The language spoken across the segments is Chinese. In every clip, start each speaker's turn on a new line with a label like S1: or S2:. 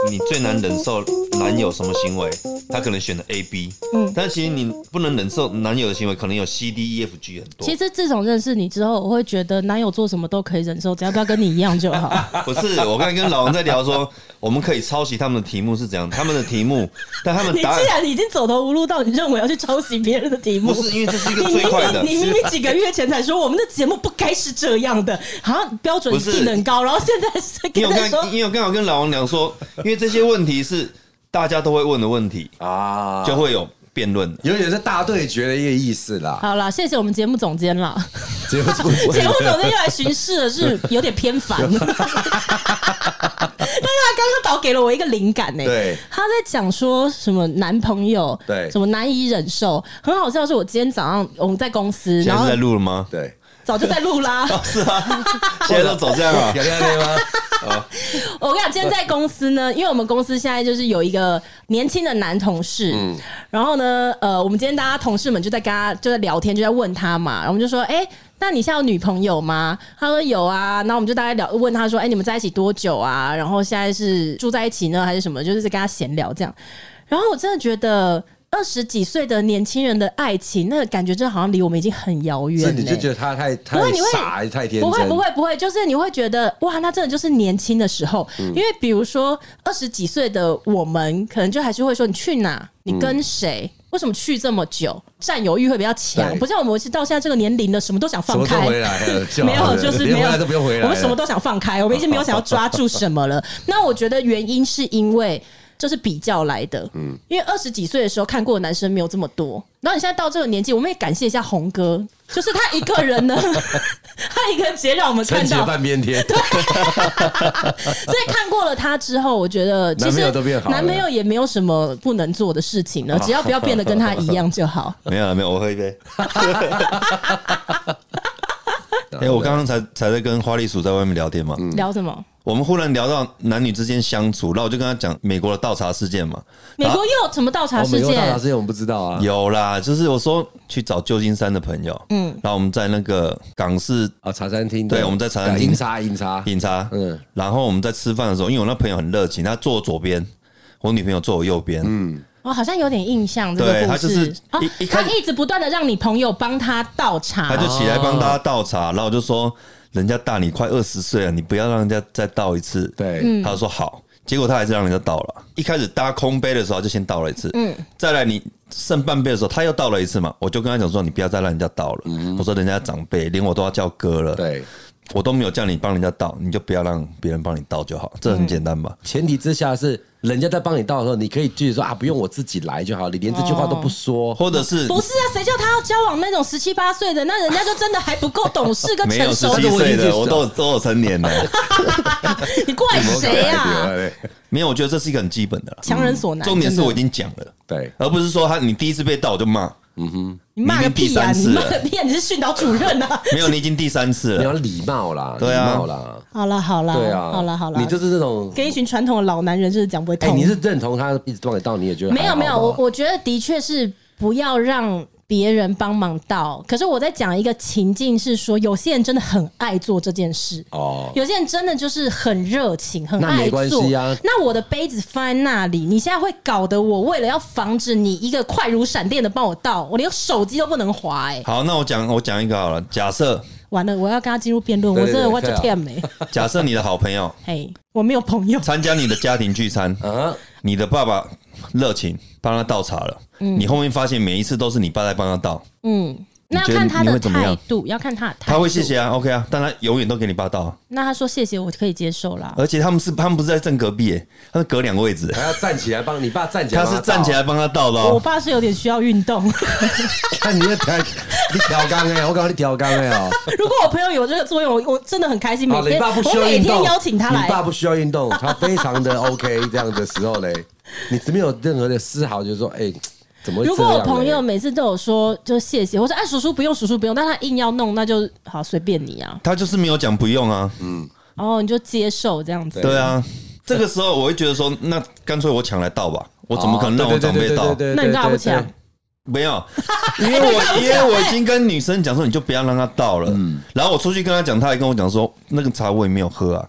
S1: 你最难忍受男友什么行为，他可能选了 A、B， 但其实你不能忍受男友的行为，可能有 C、D、E、F、G 很多。
S2: 其实自从认识你之后，我会觉得男友做什么都可以忍受，只要不要跟你一样就好。
S1: 不是，我刚才跟老王在聊说，我们可以抄袭他们的题目是怎样，他们的题目，但他们答案
S2: 你既然已经走投无路到你认为要去抄袭别人的题目，
S1: 不是因为这是一个最快的。
S2: 你明明几个月前才说我们的节目不该是这样的，好像标准定得很高，然后现在是跟他说，
S1: 因为我刚好跟老王讲说，因为这些问题是大家都会问的问题啊，就会有辩论，
S3: 有点是大对决的一个意思啦。
S2: 好啦，谢谢我们节目总监啦。节目总监又来巡视了，是有点偏烦。但是他刚刚导给了我一个灵感呢、
S3: 对，
S2: 他在讲说什么男朋友，
S3: 对，
S2: 什么难以忍受。很好笑，是我今天早上我们在公司，
S1: 现在是在录了吗？
S3: 对，
S2: 早就在录啦。
S1: 是啊，现在都走这样啊？
S3: 有吗？
S2: 我跟你讲，今天在公司呢，因为我们公司现在就是有一个年轻的男同事，然后呢，我们今天大家同事们就在跟他就在聊天，就在问他嘛，然后我们就说，那你现在有女朋友吗？他说有啊，然后我们就大概问他说，你们在一起多久啊？然后现在是住在一起呢，还是什么？就是跟他闲聊这样。然后我真的觉得20几岁的年轻人的爱情，那个感觉真的好像离我们已经很遥远了。
S3: 你就觉得他太傻还是太天真？
S2: 不会，就是你会觉得哇，那真的就是年轻的时候。因为比如说20几岁的我们，可能就还是会说你去哪，你跟谁。为什么去这么久？占有欲会比较强，不像我们是到现在这个年龄了，什么都想放开。
S3: 什么都回来了，
S2: 没有，就是没有，
S3: 连回来都不用回来。
S2: 我们什么都想放开，我们已经没有想要抓住什么了。那我觉得原因是因为这是比较来的，因为20几岁的时候看过的男生没有这么多，然后你现在到这个年纪，我们也感谢一下红哥，就是他一个人呢，他一个人直接让我们看到
S3: 半边天。
S2: 对，所以看过了他之后，我觉得其实男朋友也没有什么不能做的事情了，只要不要变得跟他一样就好。
S1: 没有，我喝一杯。我刚刚才在跟花栗鼠在外面聊天嘛，
S2: 聊什么？
S1: 我们忽然聊到男女之间相处，然后我就跟他讲美国的倒茶事件嘛。
S2: 美国又有什么倒茶事件？
S3: 美国倒茶事件我们不知道啊。
S1: 有啦，就是我说去找旧金山的朋友，然后我们在那个港式
S3: 茶餐厅，
S1: 对，我们在茶餐厅饮茶，然后我们在吃饭的时候，因为我那朋友很热情，他坐我左边，我女朋友坐我右边，
S2: 我好像有点印象这个故事。
S1: 对，他就是
S2: 他一直不断的让你朋友帮他倒茶，
S1: 他就起来帮他倒茶，然后我就说。人家大你快20岁了，你不要让人家再倒一次。
S3: 对，
S1: 他就说好，结果他还是让人家倒了。一开始大家空杯的时候就先倒了一次，再来你剩半杯的时候他又倒了一次嘛，我就跟他讲说你不要再让人家倒了，我说人家长辈连我都要叫哥了，
S3: 对，
S1: 我都没有叫你帮人家倒，你就不要让别人帮你倒就好，这很简单吧？
S3: 前提之下是。人家在帮你倒的时候，你可以继续说啊，不用我自己来就好，你连这句话都不说，
S1: 或者是
S2: 不是啊？谁叫他要交往那种17、18岁的？那人家就真的还不够懂事跟成熟。
S1: 没有17岁的，我都有成年了。
S2: 你怪谁啊？
S1: 没有，我觉得这是一个很基本的，
S2: 强人所难。
S1: 重点是我已经讲了，
S3: 对，
S1: 而不是说你第一次被倒我就骂。
S2: 你骂个屁啊！你骂个屁啊！你是训导主任啊！
S1: 没有，你已经第3次了。
S3: 你要礼貌啦，
S1: 对啊，
S2: 好啦，
S3: 对啊，
S2: 好啦，
S3: 你就是这种
S2: 跟一群传统的老男人就是讲不会通。
S3: 你是认同他一直帮你倒，你也觉得
S2: 没有，我觉得的确是不要让别人帮忙倒。可是我在讲一个情境是说，有些人真的很爱做这件事哦，有些人真的就是很热情，很爱做。
S3: 那没关系啊。
S2: 那我的杯子放在那里，你现在会搞得我为了要防止你一个快如闪电的帮我倒，我连手机都不能滑
S1: 好，那我讲一个好了，假设。
S2: 完了，我要跟他进入辩论，我真的我就天没。
S1: 假设你的好朋友，
S2: 我没有朋友，
S1: 参加你的家庭聚餐，你的爸爸热情帮他倒茶了，你后面发现每一次都是你爸在帮他倒，
S2: 那要看他的态度，要看他的态度。
S1: 他会谢谢啊 ，OK 啊，但他永远都给你爸倒啊。
S2: 那他说谢谢，我可以接受啦。
S1: 而且他们不是在正隔壁，他是隔2个位置，
S3: 还要站起来帮你爸站起来，
S1: 他是站起来帮他倒的。
S2: 我爸是有点需要运动。
S3: 看你调缸我告诉你调缸
S2: 如果我朋友有这个作用，我真的很开心。每天
S3: 我
S2: 每天邀请他来，
S3: 你爸不需要运动，他非常的 OK 这样的时候嘞，你没有任何的丝毫就是说
S2: 如果我朋友每次都有说就谢谢，我说叔叔不用，但他硬要弄，那就好随便你啊。
S1: 他就是没有讲不用啊，
S2: 你就接受这样子。
S1: 对啊，这个时候我会觉得说，那干脆我抢来倒吧，我怎么可能让我长辈倒？
S2: 那你干嘛不抢？
S1: 没有，因为我已经跟女生讲说，你就不要让他倒了。然后我出去跟他讲，他还跟我讲说，那个茶我也没有喝啊。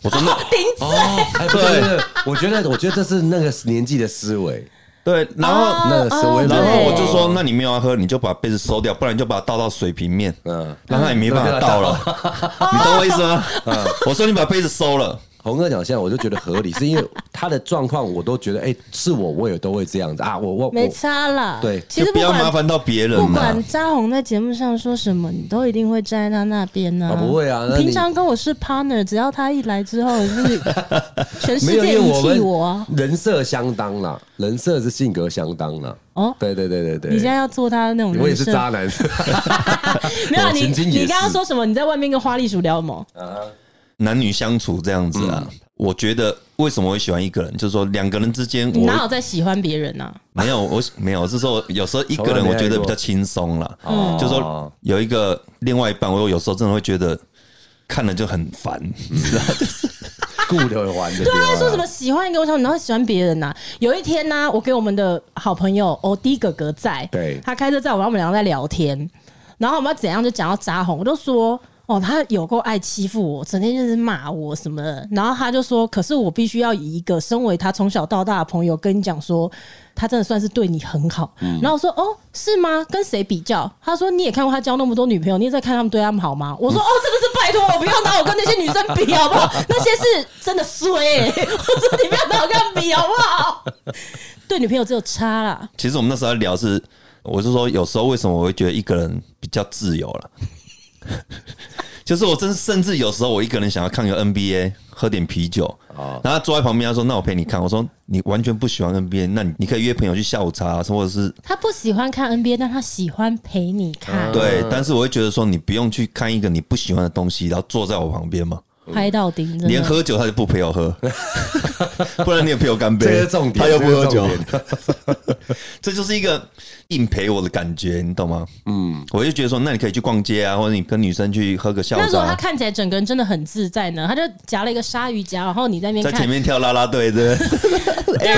S1: 我说那
S2: 顶嘴。
S3: 对，我觉得这是那个年纪的思维。
S1: 对，然后
S3: 那个思维，
S1: 然后我就说，那你没有要喝，你就把杯子收掉，不然你就把它倒到水平面，让它也没办法倒了。你懂我意思吗？我说你把杯子收了。
S3: 洪哥讲现在我就觉得合理，是因为他的状况我都觉得，是我也都会这样子啊，我
S2: 没差啦。
S3: 对，
S2: 其实
S1: 不要麻烦到别人。
S2: 不管扎红在节目上说什么，你都一定会站在他那边呢。
S3: 不会啊，
S2: 平常跟我是 partner， 只要他一来之后，是全世界遗弃我啊。
S3: 人设相当啦，人设是性格相当啦。哦，对，你
S2: 现在要做他那种人设，
S3: 我也是渣男。
S2: 没有你刚刚说什么？你在外面跟花栗鼠聊什么？
S1: 男女相处这样子啊，我觉得为什么会喜欢一个人，就是说两个人之间，
S2: 你哪有在喜欢别人啊？
S1: 没有，我没有，是说有时候一个人我觉得比较轻松啦，就是说有一个另外一半，我有时候真的会觉得看了就很烦，你知道，就是
S3: 顾着玩的。
S2: 对啊，说什么喜欢一个，我想你会喜欢别人呐？有一天呢，我给我们的好朋友欧弟哥哥在，
S3: 对，
S2: 他开车载我，我们两个在聊天，然后我们要怎样就讲到扎红，我就说。他有够爱欺负我，整天就是骂我什么的。然后他就说：“可是我必须要以一个身为他从小到大的朋友跟你讲说，他真的算是对你很好。”然后我说：“哦，是吗？跟谁比较？”他说：“你也看过他交那么多女朋友，你也在看他们对他们好吗？”我说：“哦，真的是拜托我不要拿我跟那些女生比好不好？那些是真的衰我说你不要拿我跟他们比好不好？对女朋友只有差啦。”
S1: 其实我们那时候在聊是，我是说有时候为什么我会觉得一个人比较自由了。就是我甚至有时候我一个人想要看个 NBA， 喝点啤酒，然后他坐在旁边，他说：“那我陪你看。”我说：“你完全不喜欢 NBA， 那你可以约朋友去下午茶，或者是……”
S2: 他不喜欢看 NBA， 但他喜欢陪你看。
S1: 对，但是我会觉得说，你不用去看一个你不喜欢的东西，然后坐在我旁边嘛。
S2: 拍到顶，
S1: 连喝酒他就不陪我喝，不然你也陪我干杯。
S3: 这是重点，
S1: 他又不喝酒，这就是一个硬陪我的感觉，你懂吗？我就觉得说，那你可以去逛街啊，或者你跟女生去喝个下午茶。
S2: 那时候他看起来整个人真的很自在呢，他就夹了一个鲨鱼夹，然后你在那边
S1: 在前面跳啦啦队，对不对？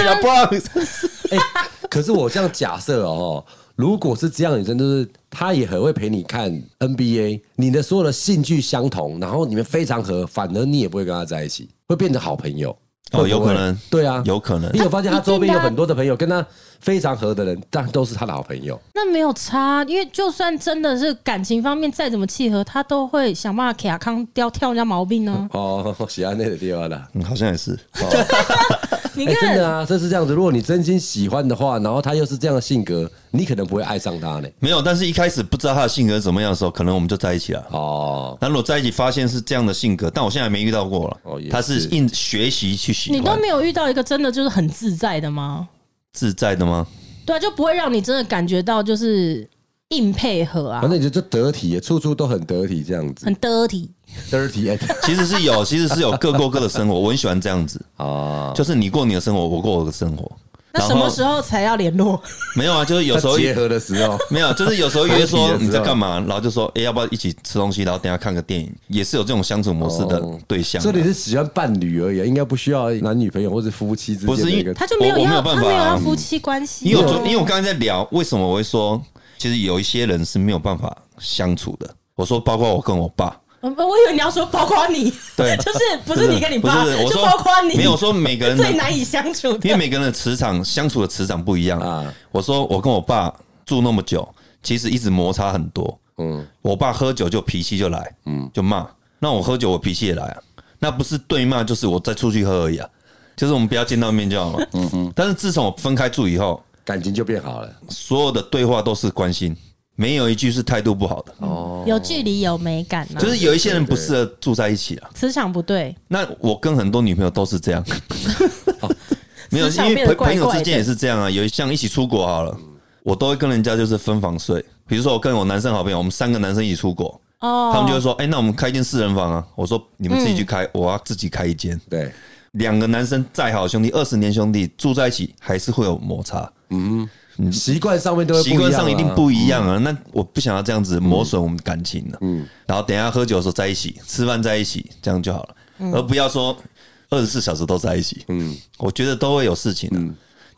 S3: 可是我这样假设哦。如果是这样的女生，就是她也很会陪你看 NBA， 你的所有的兴趣相同，然后你们非常合，反而你也不会跟她在一起，会变成好朋友。
S1: 有可能，
S3: 对啊，
S1: 有可能。
S3: 你有发现她周边有很多的朋友，跟她非常合的人，但都是她的好朋友。
S2: 那没有差，因为就算真的是感情方面再怎么契合，他都会想办法卡康挑人家毛病呢。
S3: 喜欢那个地方的，
S1: 好像也是。
S2: 你看，
S3: 真的啊，这是这样子。如果你真心喜欢的话，然后他又是这样的性格，你可能不会爱上他呢。
S1: 没有，但是一开始不知道他的性格是怎么样的时候，可能我们就在一起了。那如果在一起发现是这样的性格，但我现在还没遇到过了。他是硬学习去喜欢。
S2: 你都没有遇到一个真的就是很自在的吗？
S1: 自在的吗？
S2: 对啊，就不会让你真的感觉到就是硬配合啊。
S3: 反正你就得体，处处都很得体，这样子。
S2: 很得体。
S1: 其实是有各过各的生活，我很喜欢这样子啊，就是你过你的生活，我过我的生活。
S2: 那什么时候才要联络？
S1: 没有啊，就是有时候
S3: 结合的时候，
S1: 没有，就是有时候约说你在干嘛，然后就说要不要一起吃东西，然后等一下看个电影，也是有这种相处模式的对象。
S3: 所以你是喜欢伴侣而已，应该不需要男女朋友或者夫妻之间。不是，因为
S2: 他就没有办法，他没有要夫妻关系。
S1: 因为我刚才在聊，为什么我会说，其实有一些人是没有办法相处的。我说，包括我跟我爸。
S2: 我以为你要说包括你，
S1: 对，
S2: 就是不是你跟你爸，
S1: 我说
S2: 包括你，
S1: 没有说每个人
S2: 最难以相处的，
S1: 因为每个人的磁场相处的磁场不一样啊。我说我跟我爸住那么久，其实一直摩擦很多。我爸喝酒就脾气就来，就骂。那我喝酒我脾气也来啊，那不是对骂，就是我再出去喝而已啊，就是我们不要见到面就好了。但是自从我分开住以后，
S3: 感情就变好了，
S1: 所有的对话都是关心。没有一句是态度不好的
S2: 有距离有美感啊，
S1: 就是有一些人不适合住在一起啊，
S2: 磁场不对。
S1: 那我跟很多女朋友都是这样，没有，因为朋友之间也是这样啊。有像一起出国好了，我都会跟人家就是分房睡。比如说我跟我男生好朋友，我们3个男生一起出国，他们就会说：“那我们开一间4人房啊。”我说：“你们自己去开，我要自己开一间。”
S3: 对
S1: ，2个男生再好兄弟，20年兄弟住在一起还是会有摩擦。
S3: 习惯上面都会不一样，
S1: 习惯上一定不一样啊。那我不想要这样子磨损我们感情了。然后等一下喝酒的时候在一起，吃饭在一起，这样就好了，而不要说24小时都在一起。我觉得都会有事情的。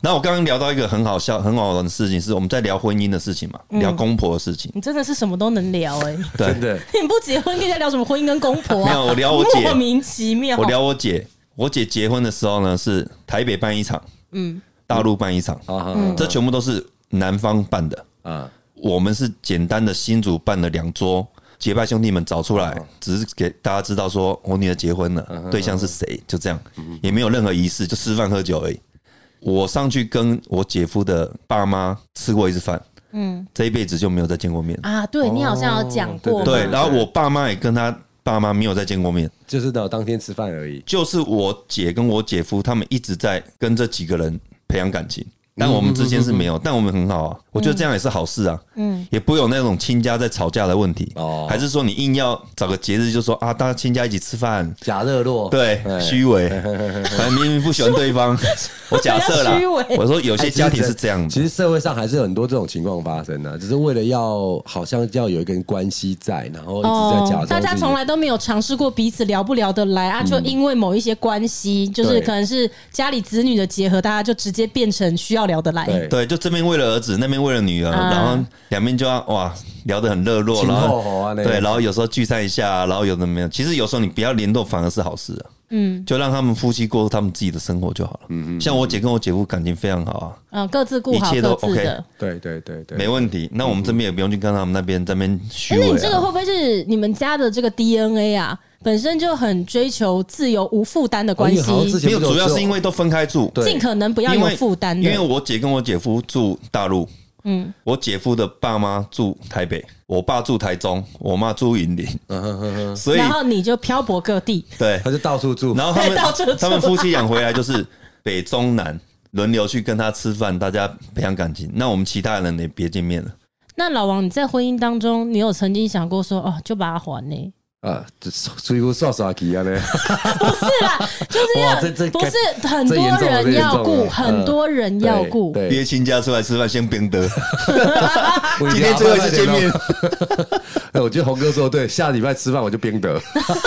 S1: 然后我刚刚聊到一个很好笑、很好玩的事情，是我们在聊婚姻的事情嘛，聊公婆的事情。
S2: 你真的是什么都能聊哎、
S1: 对
S3: 真的。
S2: 你不结婚跟人家聊什么婚姻跟公婆啊？
S1: 没有，我聊我姐，
S2: 莫名其妙。
S1: 我聊我姐。我姐结婚的时候呢，是台北办一场，大陆办一场，这全部都是男方办的啊。我们是简单的新竹办了2桌，结拜兄弟们找出来，只是给大家知道说我女儿结婚了，对象是谁，就这样，也没有任何仪式，就吃饭喝酒而已。我上去跟我姐夫的爸妈吃过一次饭，这一辈子就没有再见过面
S2: 啊。对，你好像有讲过，
S1: 对，然后我爸妈也跟他爸妈没有再见过面，
S3: 就是到当天吃饭而已。
S1: 就是我姐跟我姐夫他们一直在跟这几个人培养感情。但我们之间是没有，但我们很好啊，我觉得这样也是好事啊，也不会有那种亲家在吵架的问题，还是说你硬要找个节日就说啊，大家亲家一起吃饭，
S3: 假热络，
S1: 对，虚伪，反正明明不喜欢对方，我假设啦，我说有些家庭是这样的，
S3: 其实社会上还是有很多这种情况发生的，只是为了要好像要有一个关系在，然后一直在假装，
S2: 大家从来都没有尝试过彼此聊不聊得来啊，就因为某一些关系，就是可能是家里子女的结合，大家就直接变成需要聊得来。
S1: 对，就这边为了儿子，那边为了女儿，然后两边就要哇聊得很热络，然后对，然后有时候聚餐一下，然后有的没有。其实有时候你不要联络，反而是好事啊。就让他们夫妻过他们自己的生活就好了。像我姐跟我姐夫感情非常好
S2: 啊，各自顾好，
S1: 一切都
S2: OK。
S3: 对，
S1: 没问题。那我们这边也不用去跟他们那边这边虚伪。
S2: 那你这个会不会是你们家的这个 DNA 啊？本身就很追求自由无负担的关系，
S1: 没有，主要是因为都分开住，
S2: 尽可能不要有负担。
S1: 因为我姐跟我姐夫住大陆，我姐夫的爸妈住台北，我爸住台中，我妈住云林，所以
S2: 然后你就漂泊各地，
S1: 对，
S3: 他就到处住，
S1: 然后他们夫妻俩回来就是北中南轮流去跟他吃饭，大家培养感情。那我们其他人也别见面了。
S2: 那老王，你在婚姻当中，你有曾经想过说，哦，就把它还呢？
S3: 水壶刷刷起啊呢？
S2: 不是啦，就是不是很多人要顾，很多人要顾，
S1: 约亲家出来吃饭先冰的。今天最后一次见面，
S3: 我觉得洪哥说对，下礼拜吃饭我就冰的。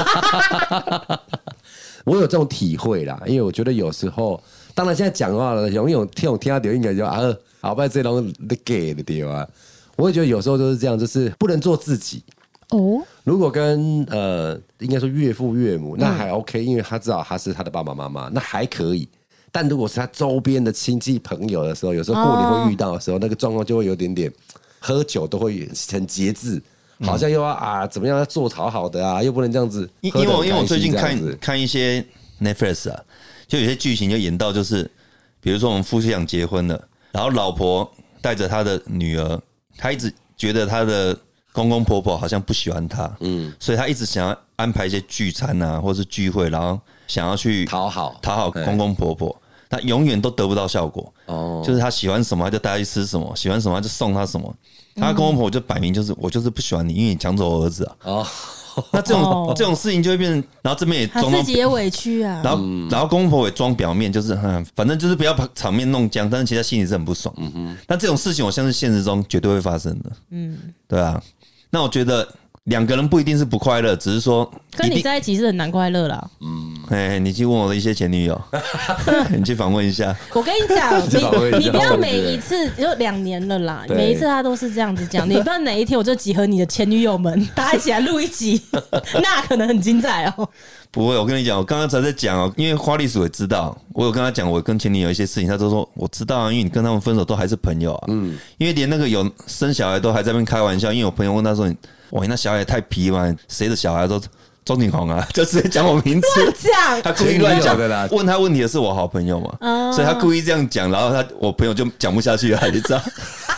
S3: 我有这种体会啦，因为我觉得有时候，当然现在讲话了，永远听到应该就好拜这种的给的对啊。我也觉得有时候都是这样，就是不能做自己。哦，如果跟应该说岳父岳母，那还 OK，因为他知道他是他的爸爸妈妈，那还可以。但如果是他周边的亲戚朋友的时候，有时候过年会遇到的时候，那个状况就会有点点，喝酒都会很节制，好像又要怎么样要做讨好的啊，又不能这样子。
S1: 因为我最近看一些 Netflix 啊，就有些剧情就演到就是，比如说我们夫妻俩结婚了，然后老婆带着她的女儿，她一直觉得她的公公婆婆好像不喜欢他，所以他一直想要安排一些聚餐啊，或是聚会，然后想要去讨好公公婆婆，他永远都得不到效果。就是他喜欢什么他就带他去吃什么，喜欢什么他就送他什么。他公公婆婆就摆明就是我就是不喜欢你，因为你抢走我儿子啊。那这种事情就会变成，然后这边也装
S2: 他自己也委屈啊，
S1: 然后公公婆婆也装表面，就是反正就是不要把场面弄僵，但是其实他心里是很不爽。但这种事情我相信现实中绝对会发生的。对啊。那我觉得2个人不一定是不快乐，只是说
S2: 跟你在一起是很难快乐啦。
S1: 你去问我的一些前女友，你去访问一下。
S2: 我跟你讲，你不要每一次就2年了啦，每一次他都是这样子讲。你不知道哪一天我就集合你的前女友们，大家一起来录一集，那可能很精彩哦。
S1: 不会，我跟你讲，我刚刚才在讲哦，因为花栗鼠也知道，我有跟他讲，我跟前女友一些事情，他都说我知道啊，因为你跟他们分手都还是朋友啊。因为连那个有生小孩都还在那边开玩笑，因为我朋友问他说：“哇，你那小孩也太皮嘛，谁的小孩都钟景宏啊？”就直接讲我名字，
S2: 乱讲，
S1: 他故意乱讲的啦。问他问题的是我好朋友嘛，所以他故意这样讲，然后我朋友就讲不下去了，你知道。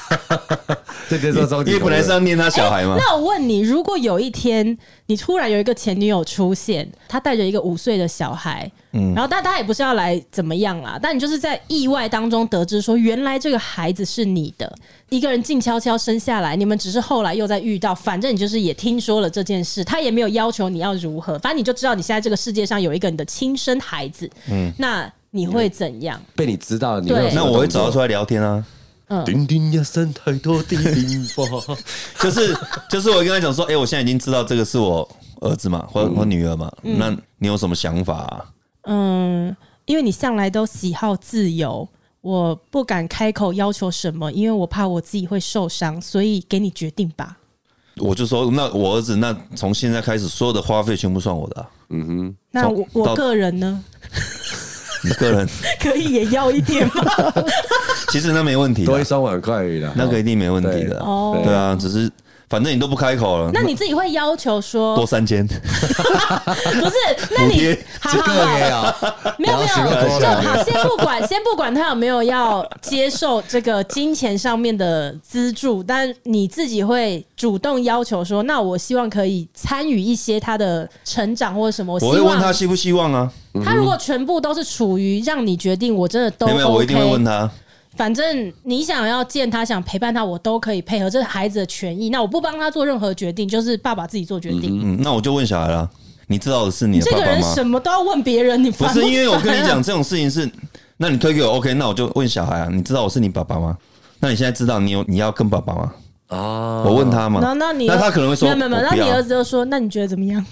S1: 因为本来是要念他小孩嘛。
S2: 那我问你，如果有一天你突然有一个前女友出现，她带着一个5岁的小孩，然后但她也不是要来怎么样啦，但你就是在意外当中得知说，原来这个孩子是你的，一个人静悄悄生下来，你们只是后来又再遇到，反正你就是也听说了这件事，他也没有要求你要如何，反正你就知道你现在这个世界上有一个你的亲生孩子，那你会怎样？
S3: 被你知道，你会
S1: 那我会找他出来聊天啊。
S3: 叮叮一声，太多的叮发，
S1: 就是我跟他讲说，我现在已经知道这个是我儿子嘛，或女儿嘛，那你有什么想法啊？
S2: 因为你向来都喜好自由， 我不敢开口要求什么，因为我怕我自己会受伤，所以给你决定吧。
S1: 我就说，那我儿子，那从现在开始，所有的花费全部算我的、啊。
S2: 那我个人呢？
S1: 你个人
S2: 可以也要一点吗？
S1: 其实那没问题，
S3: 多一双碗筷而已啦，
S1: 那个一定没问题的。对啊，只是反正你都不开口了，
S2: 那你自己会要求说
S1: 多3间？
S2: 不是？那你好，没有，就好，先不管他有没有要接受这个金钱上面的资助，但你自己会主动要求说，那我希望可以参与一些他的成长或者什么。
S1: 我会问他希不希望啊。
S2: 他如果全部都是处于让你决定，我真的都 OK，
S1: 没有，我一定会问他。
S2: 反正你想要见他，想陪伴他，我都可以配合，这是孩子的权益。那我不帮他做任何决定，就是爸爸自己做决定。
S1: 那我就问小孩了，你知道的是你的爸爸吗？
S2: 这个人什么都要问别人，你烦
S1: 不是因为我跟你讲这种事情是，那你推给我 OK， 那我就问小孩啊，你知道我是你爸爸吗？那你现在知道你要跟爸爸吗？哦，我问他嘛，那他可能会说
S2: 没有，那你儿子就说，那你觉得怎么样？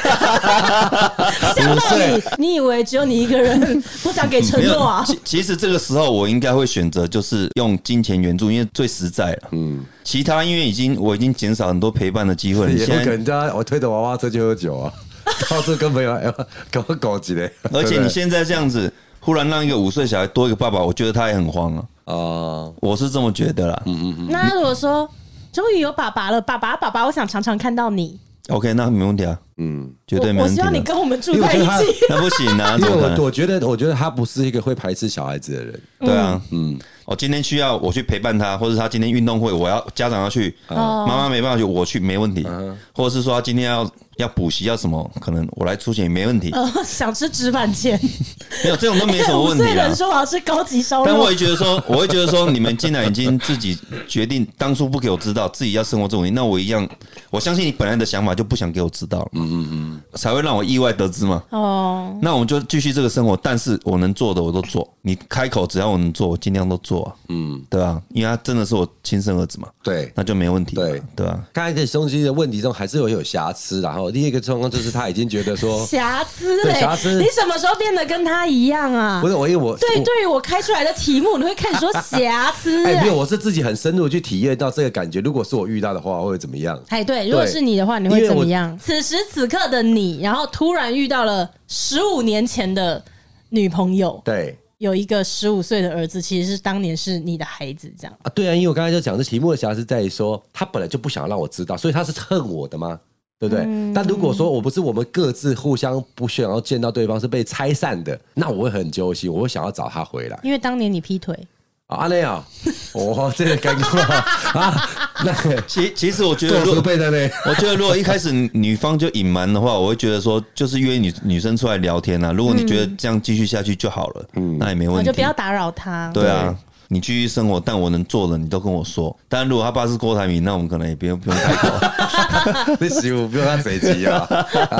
S2: 想到你以为只有你一个人不想给承诺啊？
S1: 其实这个时候我应该会选择就是用金钱援助，因为最实在了。其他因为我已经减少很多陪伴的机会了。
S3: 也不可能我推着娃娃车去喝酒啊，到处跟朋友搞搞几嘞。
S1: 而且你现在这样子，忽然让一个5岁小孩多一个爸爸，我觉得他也很慌啊。我是这么觉得啦。
S2: 那如果说终于有爸爸了，爸爸，我想常常看到你。
S1: OK， 那没问题啊。绝对没问题。
S2: 我希望你跟我们住在一起。
S1: 那不行啊，
S3: 因为我觉得他不是一个会排斥小孩子的人。
S1: 对啊，我今天需要我去陪伴他，或者他今天运动会，家长要去，妈妈没办法去，我去没问题。或者是说他今天要补习要什么，可能我来出钱也没问题。
S2: 想吃纸板钱，
S1: 没有这种都没什么问题啦。5岁
S2: 人说我要吃高级烧肉，
S1: 但我会觉得说，你们既然已经自己决定，当初不给我知道自己要生活这种问题，那我相信你本来的想法就不想给我知道了，才会让我意外得知嘛。那我们就继续这个生活，但是我能做的我都做，你开口只要我能做，我尽量都做啊。对啊，因为他真的是我亲生儿子嘛，
S3: 对，
S1: 那就没问题。对啊，
S3: 刚才的胸肌的问题中还是有瑕疵，然后另一个状况就是他已经觉得说
S2: 瑕疵，你什么时候变得跟他一样啊？
S3: 不是我，因为我
S2: 对于我开出来的题目，你会开始说瑕疵。
S3: 没有，我是自己很深入去体验到这个感觉。如果是我遇到的话，会怎么样？
S2: 对，如果是你的话，你会怎么样？此时此刻的你，然后突然遇到了15年前的女朋友，
S3: 对。
S2: 有一个15岁的儿子，其实是当年是你的孩子，这样
S3: 啊？对啊，因为我刚才就讲，这题目的瑕疵在于说，他本来就不想让我知道，所以他是恨我的吗？对不对？但如果说我们各自互相不想要见到对方，是被拆散的，那我会很揪心，我会想要找他回来。
S2: 因为当年你劈腿
S3: 啊，那样，这个尴尬啊。那
S1: 其实我觉得，如果一开始女方就隐瞒的话，我会觉得说，就是约女生出来聊天啊。如果你觉得这样继续下去就好了，那也没问题，
S2: 就不要打扰他。
S1: 对啊，你继续生活，但我能做的你都跟我说。当然，如果他爸是郭台铭，那我们可能也不用开口。
S3: 你15不用他贼急啊？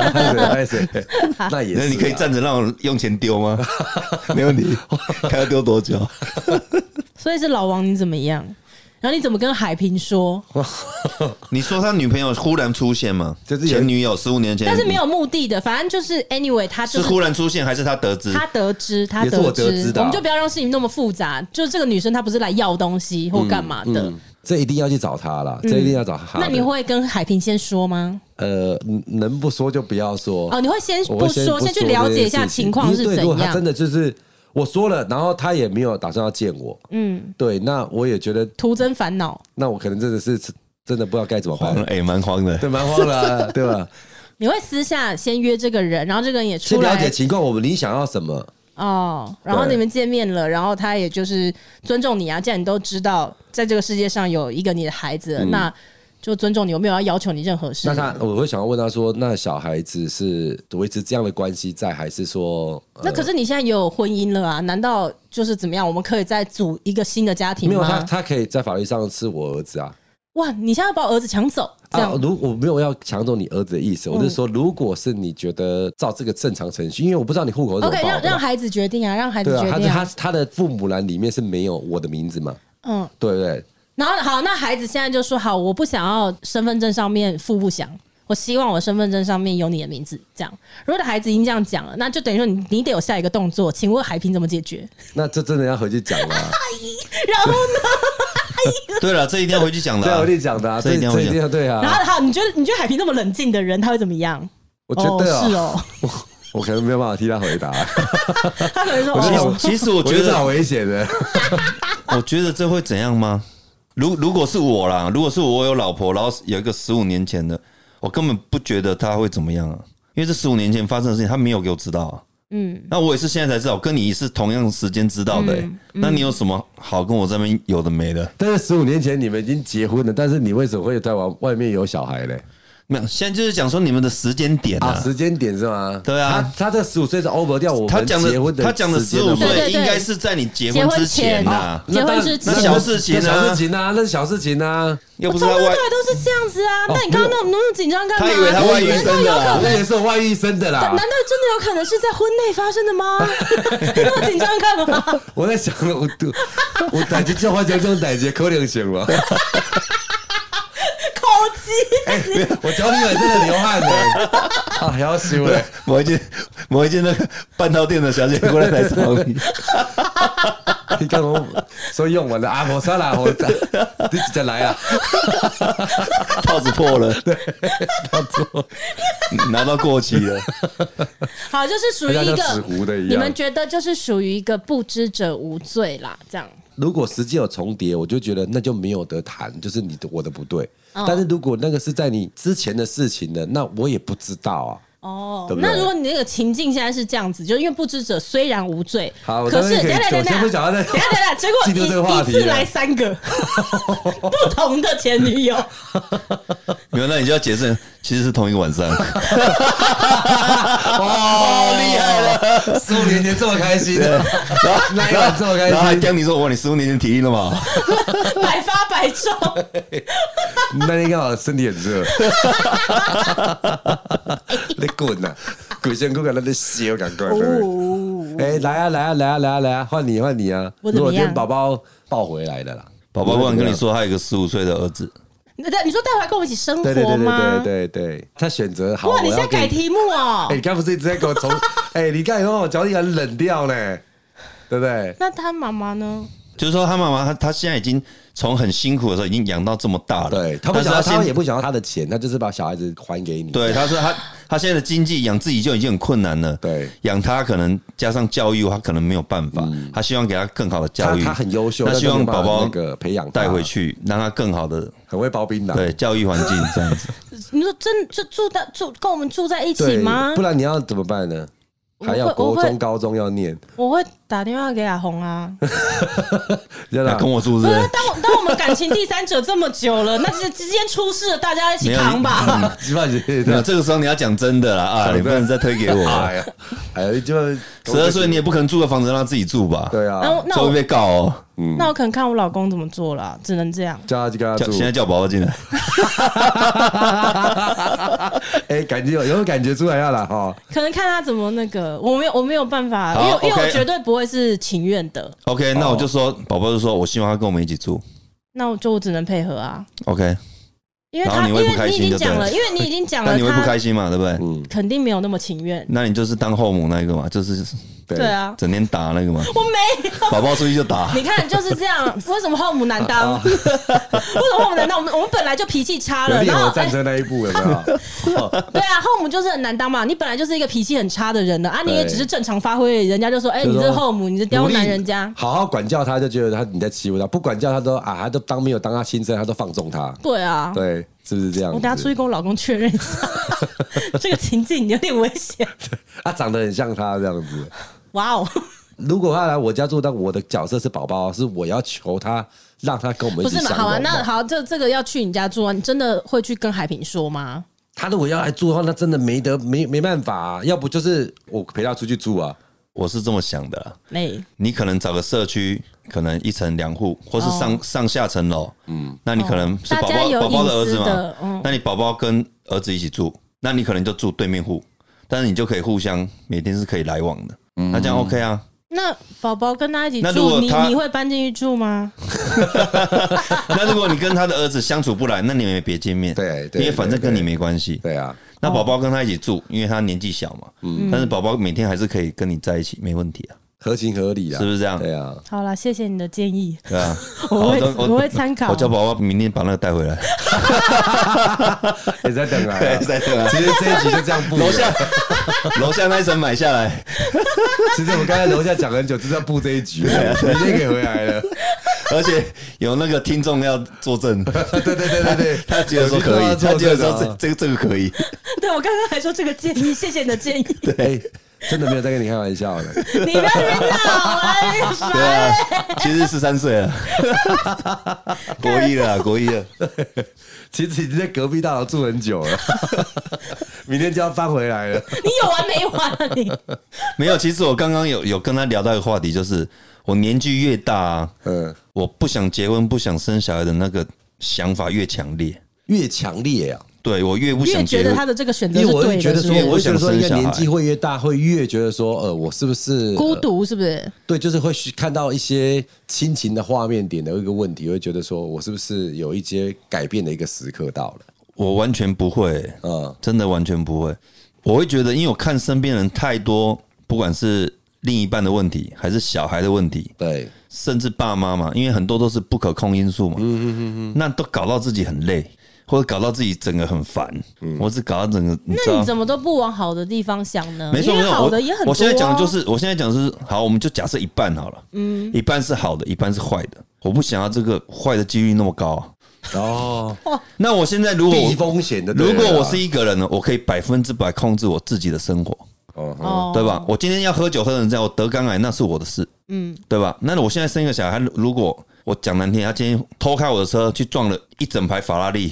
S3: 那也是，
S1: 那你可以站着让我用钱丢吗？没问题，看要丢多久。
S2: 所以是老王，你怎么样？然后你怎么跟海平说？
S1: 你说他女朋友忽然出现吗？就是前女友15年前，
S2: 但是没有目的的，反正就是 anyway， 他就是
S1: 忽然出现，还是他得知？
S2: 他得知，
S3: 也是我得知的。
S2: 我们就不要让事情那么复杂。就是这个女生她不是来要东西或干嘛的，
S3: 这一定要去找她啦，这一定要找她。
S2: 那你会跟海平先说吗？
S3: 能不说就不要说。
S2: 你会先不说，先去了解一下情况是怎样。
S3: 如果他真的就是我说了，然后他也没有打算要见我，对，那我也觉得
S2: 徒增烦恼。
S3: 那我可能真的不知道该怎么办，
S1: 蛮慌的，
S3: 对，蛮慌的，对吧？
S2: 你会私下先约这个人，然后这个人也出来，
S3: 先了解情况，你想要什么
S2: 然后你们见面了，然后他也就是尊重你啊，既然你都知道在这个世界上有一个你的孩子了，那就尊重你，有没有要求你任何事？
S3: 那我会想要问他说，那小孩子是维持这样的关系在，还是说
S2: 那可是你现在也有婚姻了啊？难道就是怎么样？我们可以再组一个新的家庭吗？
S3: 没有，他可以在法律上是我儿子啊。
S2: 哇，你现在要把我儿子抢走？这样，
S3: 我没有要抢走你儿子的意思，我是说，如果是你觉得照这个正常程序，因为我不知道你户口是怎么报的。
S2: OK， 让孩子决定啊，让孩子决定啊。
S3: 他的父母栏里面是没有我的名字嘛？对不对？
S2: 然后好，那孩子现在就说好，我不想要身份证上面父不详， 我希望我身份证上面有你的名字。这样，如果的孩子已经这样讲了，那就等于说你得有下一个动作。请问海平怎么解决？
S3: 那这真的要回去讲了。
S2: 然后呢？
S1: 对了，这一定要回去讲的、
S3: 这回去讲的、啊，这一定要对啊。
S2: 然后好，你觉得海平那么冷静的人，他会怎么样？
S3: 我觉得
S2: 是哦。
S3: 我可能没有办法替他回答。
S2: 他可能说：“
S1: 其实我觉得
S3: 好危险的。
S1: 我觉得这会怎样吗？如果是我啦，如果是我有老婆，然后有一个15年前的，我根本不觉得他会怎么样啊，因为这15年前发生的事情，他没有给我知道啊。那我也是现在才知道，跟你是同样时间知道的、那你有什么好跟我这边有的没的？
S3: 但是15年前你们已经结婚了，但是你为什么会在外面有小孩嘞？
S1: 没有，现在就是讲说你们的时间点啊，
S3: 时间点是吗？
S1: 对啊，
S3: 他这15岁是 over 掉我们结婚的，
S1: 他讲的15岁应该是在你结婚之前呐，
S2: 结婚之前
S1: 那小事情
S3: 啊，那是小事情啊，
S1: 又不是他外，
S2: 对，都是这样子啊。那你刚刚那么紧张干嘛？
S1: 他以为他外遇生的啦，
S3: 我也是外遇生的啦。
S2: 难道真的有可能是在婚内发生的吗？你那么紧张干嘛？
S3: 我在想，我代志就发生这种代志可能性吗？我脚底板真的流汗了啊！要修了，
S1: 某一件那个半套店的小姐过来找你，
S3: 你看我说用完了啊，我算了，你再来啊！
S1: 套子破了，
S3: 对，套子
S1: 拿到过期了。
S2: 好，就是属于一个
S3: 纸糊的一样，
S2: 你们觉得就是属于一个不知者无罪啦，这样。
S3: 如果实际有重叠，我就觉得那就没有得谈，就是我的不对。但是如果那个是在你之前的事情的，那我也不知道啊。
S2: 哦，那如果你那个情境现在是这样子，就因为不知者虽然无罪，
S3: 好，
S2: 可是
S3: 等下，
S2: 结果一次来3个不同的前女友，
S3: 没
S1: 有，那你就要解释，其实是同一个晚上。
S3: 哦，厉害了！15年前这么开心，那一晚这么开心，
S1: 然后还跟你说：“哇，你15年前体力了吗？”
S2: 百发百中。
S3: 那天刚好身体很热。你滚呐！鬼仙姑在那里笑，赶快！哎，来啊！换你啊！如果今天宝宝抱回来的啦，
S1: 宝宝忽然跟你说他有一个15岁的儿子，
S2: 你说带回来跟我一起生活吗？
S3: 对，他选择好。
S2: 哇，你现在改题目哦！
S3: 哎，你刚不是一直在给我从？哎，你刚才说我脚底板冷掉呢，对不对？
S2: 那他妈妈呢？
S1: 就是说他妈妈，他现在已经从很辛苦的时候已经养到这么大了。
S3: 对，他不想要，他也不想要他的钱，他就是把小孩子还给你。
S1: 对，他说他现在的经济养自己就已经很困难了。
S3: 对，
S1: 养他可能加上教育，他可能没有办法。他希望给他更好的教育。
S3: 他很优秀，
S1: 他希望宝宝
S3: 那个培养
S1: 带回去，让他更好的
S3: 很会包槟榔。
S1: 对，教育环境这样子。
S2: 你说就跟我们住在一起吗？
S3: 不然你要怎么办呢？还要国中、高中要念，
S2: 我会打电话给阿红啊，
S1: 跟我住是不是？
S2: 当我们感情第三者这么久了，那之间出事了，大家一起扛吧。
S1: 这个时候你要讲真的啦啊，你不能再推给我。
S3: 哎呀，就
S1: 12岁你也不可能租个房子让他自己住吧？
S3: 对啊，
S1: 这会被告哦。
S2: 那我可能看我老公怎么做了，只能这样。
S3: 叫他去跟他住，
S1: 现在叫宝宝进来。
S3: 哎，感觉有感觉出来要了哈。
S2: 可能看他怎么那个，我没有办法，因为我绝对不会是情愿的。
S1: OK， 那我就说，宝宝就说我希望他跟我们一起住。
S2: 那我只能配合啊。
S1: OK。
S2: 因为你已经讲了，因为你已经讲了，
S1: 那你会不开心嘛？对不对？
S2: 肯定没有那么情愿。
S1: 那你就是当后母那一个嘛，就是
S2: 对啊，
S1: 整天打那个嘛。
S2: 我没有，
S1: 宝宝出去就打。
S2: 你看就是这样，为什么后母难当？为什么后母难当？我们本来就脾气差了，
S3: 然后战争那一步有没有？
S2: 对啊，后母就是很难当嘛。你本来就是一个脾气很差的人了啊，你也只是正常发挥，人家就说，哎，你这后母，你这刁难人家。
S3: 好好管教他，就觉得你在欺负他；不管教他都他都没有当他亲生，他都放纵他。
S2: 对啊，
S3: 对。是不是这样？
S2: 我等下出去跟我老公确认一下，这个情境有点危险。
S3: 他长得很像他这样子。
S2: 哇哦！
S3: 如果他来我家住，但我的角色是宝宝，是我要求他让他跟我们一起。
S2: 不是嘛？好啊，那好，这个要去你家住啊，你真的会去跟海平说吗？
S3: 他如果要来住的话，那真的没办法啊，要不就是我陪他出去住啊。
S1: 我是这么想的啦。你可能找个社区。可能1层2户，或是上下层楼，那你可能是宝宝的儿子嘛，那你宝宝跟儿子一起住，那你可能就住对面户，但是你就可以互相每天是可以来往的，那这样 OK 啊？
S2: 那宝宝跟他一起
S1: 那如果
S2: 住，你会搬进去住吗？
S1: 那如果你跟他的儿子相处不来，那你们也别见面。
S3: 对，
S1: 因为反正跟你没关系。
S3: 对啊。
S1: 那宝宝跟他一起住，因为他年纪小嘛，但是宝宝每天还是可以跟你在一起，没问题啊，
S3: 合情合理啦，
S1: 是不是这样？
S3: 对啊。
S2: 好啦，谢谢你的建议。
S1: 对啊，
S2: 我会参考。
S1: 我叫宝宝明天把那个带回来。
S3: 也在等啊，
S1: 在等啊。
S3: 其实这一集就这样布。
S1: 楼下那一层买下来。
S3: 其实我们刚才楼下讲很久，就是要布这一局，明天给回来了。
S1: 而且有那个听众要作证。
S3: 对，
S1: 他觉得说可以，他觉得说这个可以。
S2: 对，我刚刚还说这个建议，谢谢你的建议。
S3: 对，真的没有在跟你开玩笑的。
S2: 你不要别闹了，
S1: 对啊，其实13岁了，国一了。
S3: 其实已经在隔壁大楼住很久了，明天就要搬回来了。
S2: 你有完没完啊你？
S1: 没有，其实我刚刚有跟他聊到一个话题，就是我年纪越大啊，我不想结婚、不想生小孩的那个想法越强烈，
S3: 越强烈啊！
S1: 对我越不想结婚，
S2: 越觉得他的这个选择
S3: 因
S2: 是对的。
S3: 为我会觉得说，我会觉得说，应该
S1: 小孩
S3: 年纪会越大，会越觉得说，我是不是
S2: 孤独？是不是？
S3: 对，就是会看到一些亲情的画面点的一个问题，会觉得说我是不是有一些改变的一个时刻到了？
S1: 我完全不会，真的完全不会。我会觉得，因为我看身边人太多，不管是另一半的问题，还是小孩的问题，
S3: 对，
S1: 甚至爸妈嘛，因为很多都是不可控因素嘛，那都搞到自己很累，或者搞到自己整个很烦，或是搞到整个，
S2: 那你怎么都不往好的地方想呢？
S1: 没错，
S2: 因为好的也很多啊。
S1: 我现在讲的是，好，我们就假设一半好了，一半是好的，一半是坏的。我不想要这个坏的几率那么高啊。那我现在如果
S3: 避风险的，
S1: 如果我是一个人呢，我可以100%控制我自己的生活，对吧？我今天要喝酒喝成这样，我得肝癌那是我的事，对吧？那我现在生一个小孩，如果我讲难听，他今天偷开我的车去撞了一整排法拉利，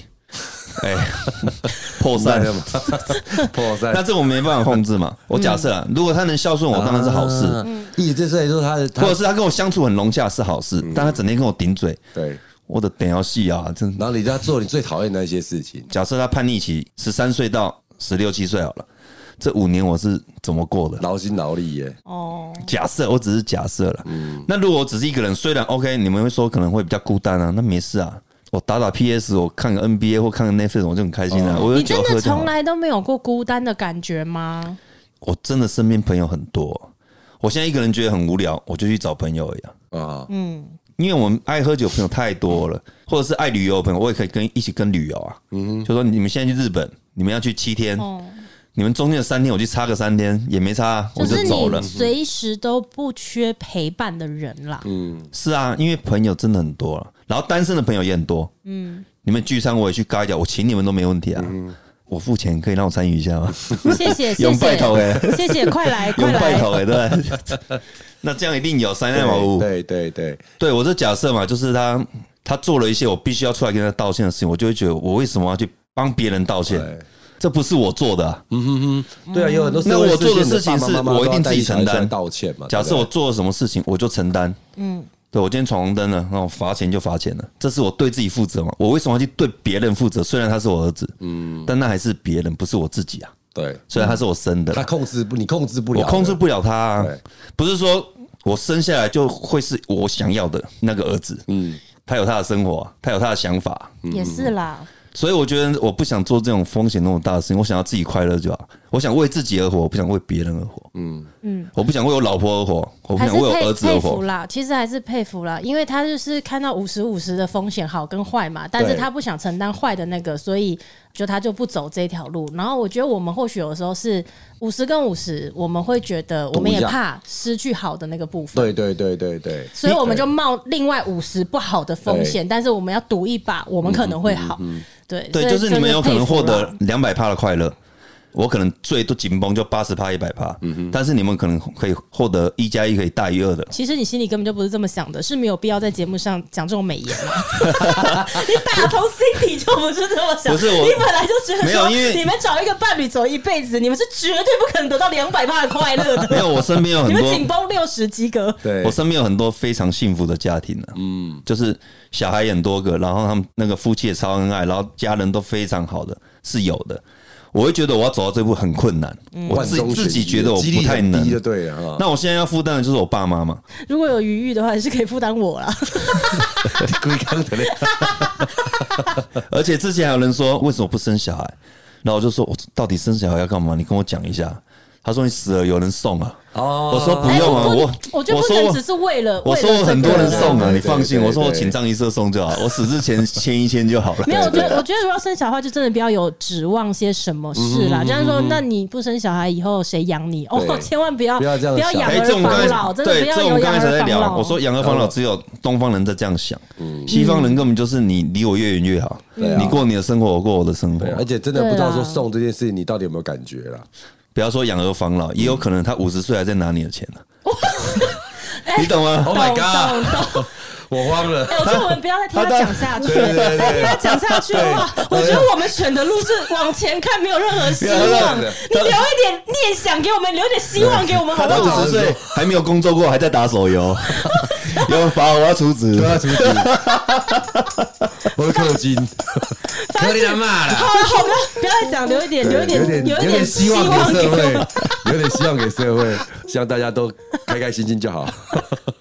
S1: 破散，那这我没办法控制嘛。我假设啊，如果他能孝顺我，当然是好事。
S3: 意思就是说
S1: 或者是他跟我相处很融洽是好事，但他整天跟我顶嘴，
S3: 对。
S1: 我的等要戏啊，真。
S3: 然后你在做你最讨厌的那些事情。
S1: 假设他叛逆期13岁到16、17岁好了，这5年我是怎么过的？
S3: 劳心劳力耶。
S1: 假设我只是假设了。那如果我只是一个人，虽然 OK， 你们会说可能会比较孤单啊，那没事啊。我打 PS， 我看个 NBA 或看个 Netflix， 我就很开心啊。
S2: 你真的从来都没有过孤单的感觉吗？
S1: 我真的身边朋友很多，我现在一个人觉得很无聊，我就去找朋友而已啊。因为我们爱喝酒的朋友太多了，或者是爱旅游的朋友，我也可以一起跟旅游啊。就说你们现在去日本，你们要去7天，你们中间的3天我去插个3天也没差，我就走了。
S2: 随时都不缺陪伴的人啦。
S1: 是啊，因为朋友真的很多了，然后单身的朋友也很多。你们聚餐我也去嘎一脚，我请你们都没问题啊。我付钱可以让我参与一下吗？
S2: 谢谢，
S1: 用拜托
S2: 谢谢，快来，
S1: 用拜托对。那这样一定有3奈毛屋。对，我这假设嘛，就是他做了一些我必须要出来跟他道歉的事情，我就会觉得我为什么要去帮别人道歉？这不是我做的。
S3: 对啊，有很多
S1: 那我做的事情是我一定自己承担
S3: 道歉嘛。
S1: 假设我做了什么事情，我就承担。对，我今天闯红灯了，那我罚钱就罚钱了，这是我对自己负责嘛？我为什么要去对别人负责？虽然他是我儿子，但那还是别人，不是我自己啊。
S3: 对，
S1: 虽然他是我生的，
S3: 你控制不了，
S1: 我控制不了他啊。不是说我生下来就会是我想要的那个儿子，他有他的生活，他有他的想法，
S2: 也是啦。
S1: 所以我觉得我不想做这种风险那么大的事情，我想要自己快乐就好。我想为自己而活，我不想为别人而活。我不想为我老婆而活，我不想为我儿子而活。
S2: 其实还是佩服啦，因为他就是看到50-50的风险好跟坏嘛，但是他不想承担坏的那个，所以他就不走这条路。然后我觉得我们或许有的时候是50跟50，我们会觉得我们也怕失去好的那个部分。
S3: 对，
S2: 所以我们就冒另外50不好的风险，但是我们要赌一把，我们可能会好。对，
S1: 就是你们有可能获得200%的快乐，我可能最多紧绷就80%、100%，但是你们可能可以获得1+1可以大于2的。
S2: 其实你心里根本就不是这么想的，是没有必要在节目上讲这种美言嘛。你打从心底就不是这么想，
S1: 不是我，
S2: 你本来就觉得
S1: 没有，因为
S2: 你们找一个伴侣走一辈子，你们是绝对不可能得到200%的快乐的。
S1: 没有，我身边有很多，
S2: 你们紧绷60及格。
S3: 对，
S1: 我身边有很多非常幸福的家庭呢。就是小孩也很多个，然后他们那个夫妻也超恩爱，然后家人都非常好的，是有的。 我会觉得我要走到这步很困难，我自己觉得我不太能，
S3: 就对了。
S1: 那我现在要负担的就是我爸妈嘛。
S2: 如果有余裕的话，还是可以负担我啦。
S1: 而且之前还有人说为什么不生小孩，然后我就说我到底生小孩要干嘛？你跟我讲一下。他说你死了有人送啊，我说不用啊，
S2: 我觉得不能只是为了，
S1: 我说我很多人送啊，你放心，我说我请葬仪社送就好，我死之前签一签就好了。
S2: 没有，我觉得如果要生小孩，就真的不要有指望些什么事啦。这样说，那你不生小孩以后谁养你？哦，千万不要养儿防老，真的不要有养儿防老。
S1: 我说养儿防老只有东方人在这样想，西方人根本就是你离我越远越好，你过你的生活，我过我的生活。
S3: 而且真的不知道说送这件事，你到底有没有感觉啦？
S1: 不要说养儿防老，也有可能他50岁还在拿你的钱呢。你懂吗
S3: ？Oh my god！ 我慌了。
S2: 我觉得我们不要再听他讲下去，再听他讲下去的话，我觉得我们选的路是往前看，没有任何希望。你留一点念想给我们，留一点希望给我们，好不好？
S1: 他50岁还没有工作过，还在打手游，有把我要出职，
S3: 我氪金，
S2: 可怜他妈了。好了，不要再讲，留一点
S3: 希望给社会，有点希望给社会，希望大家都开开心心就好。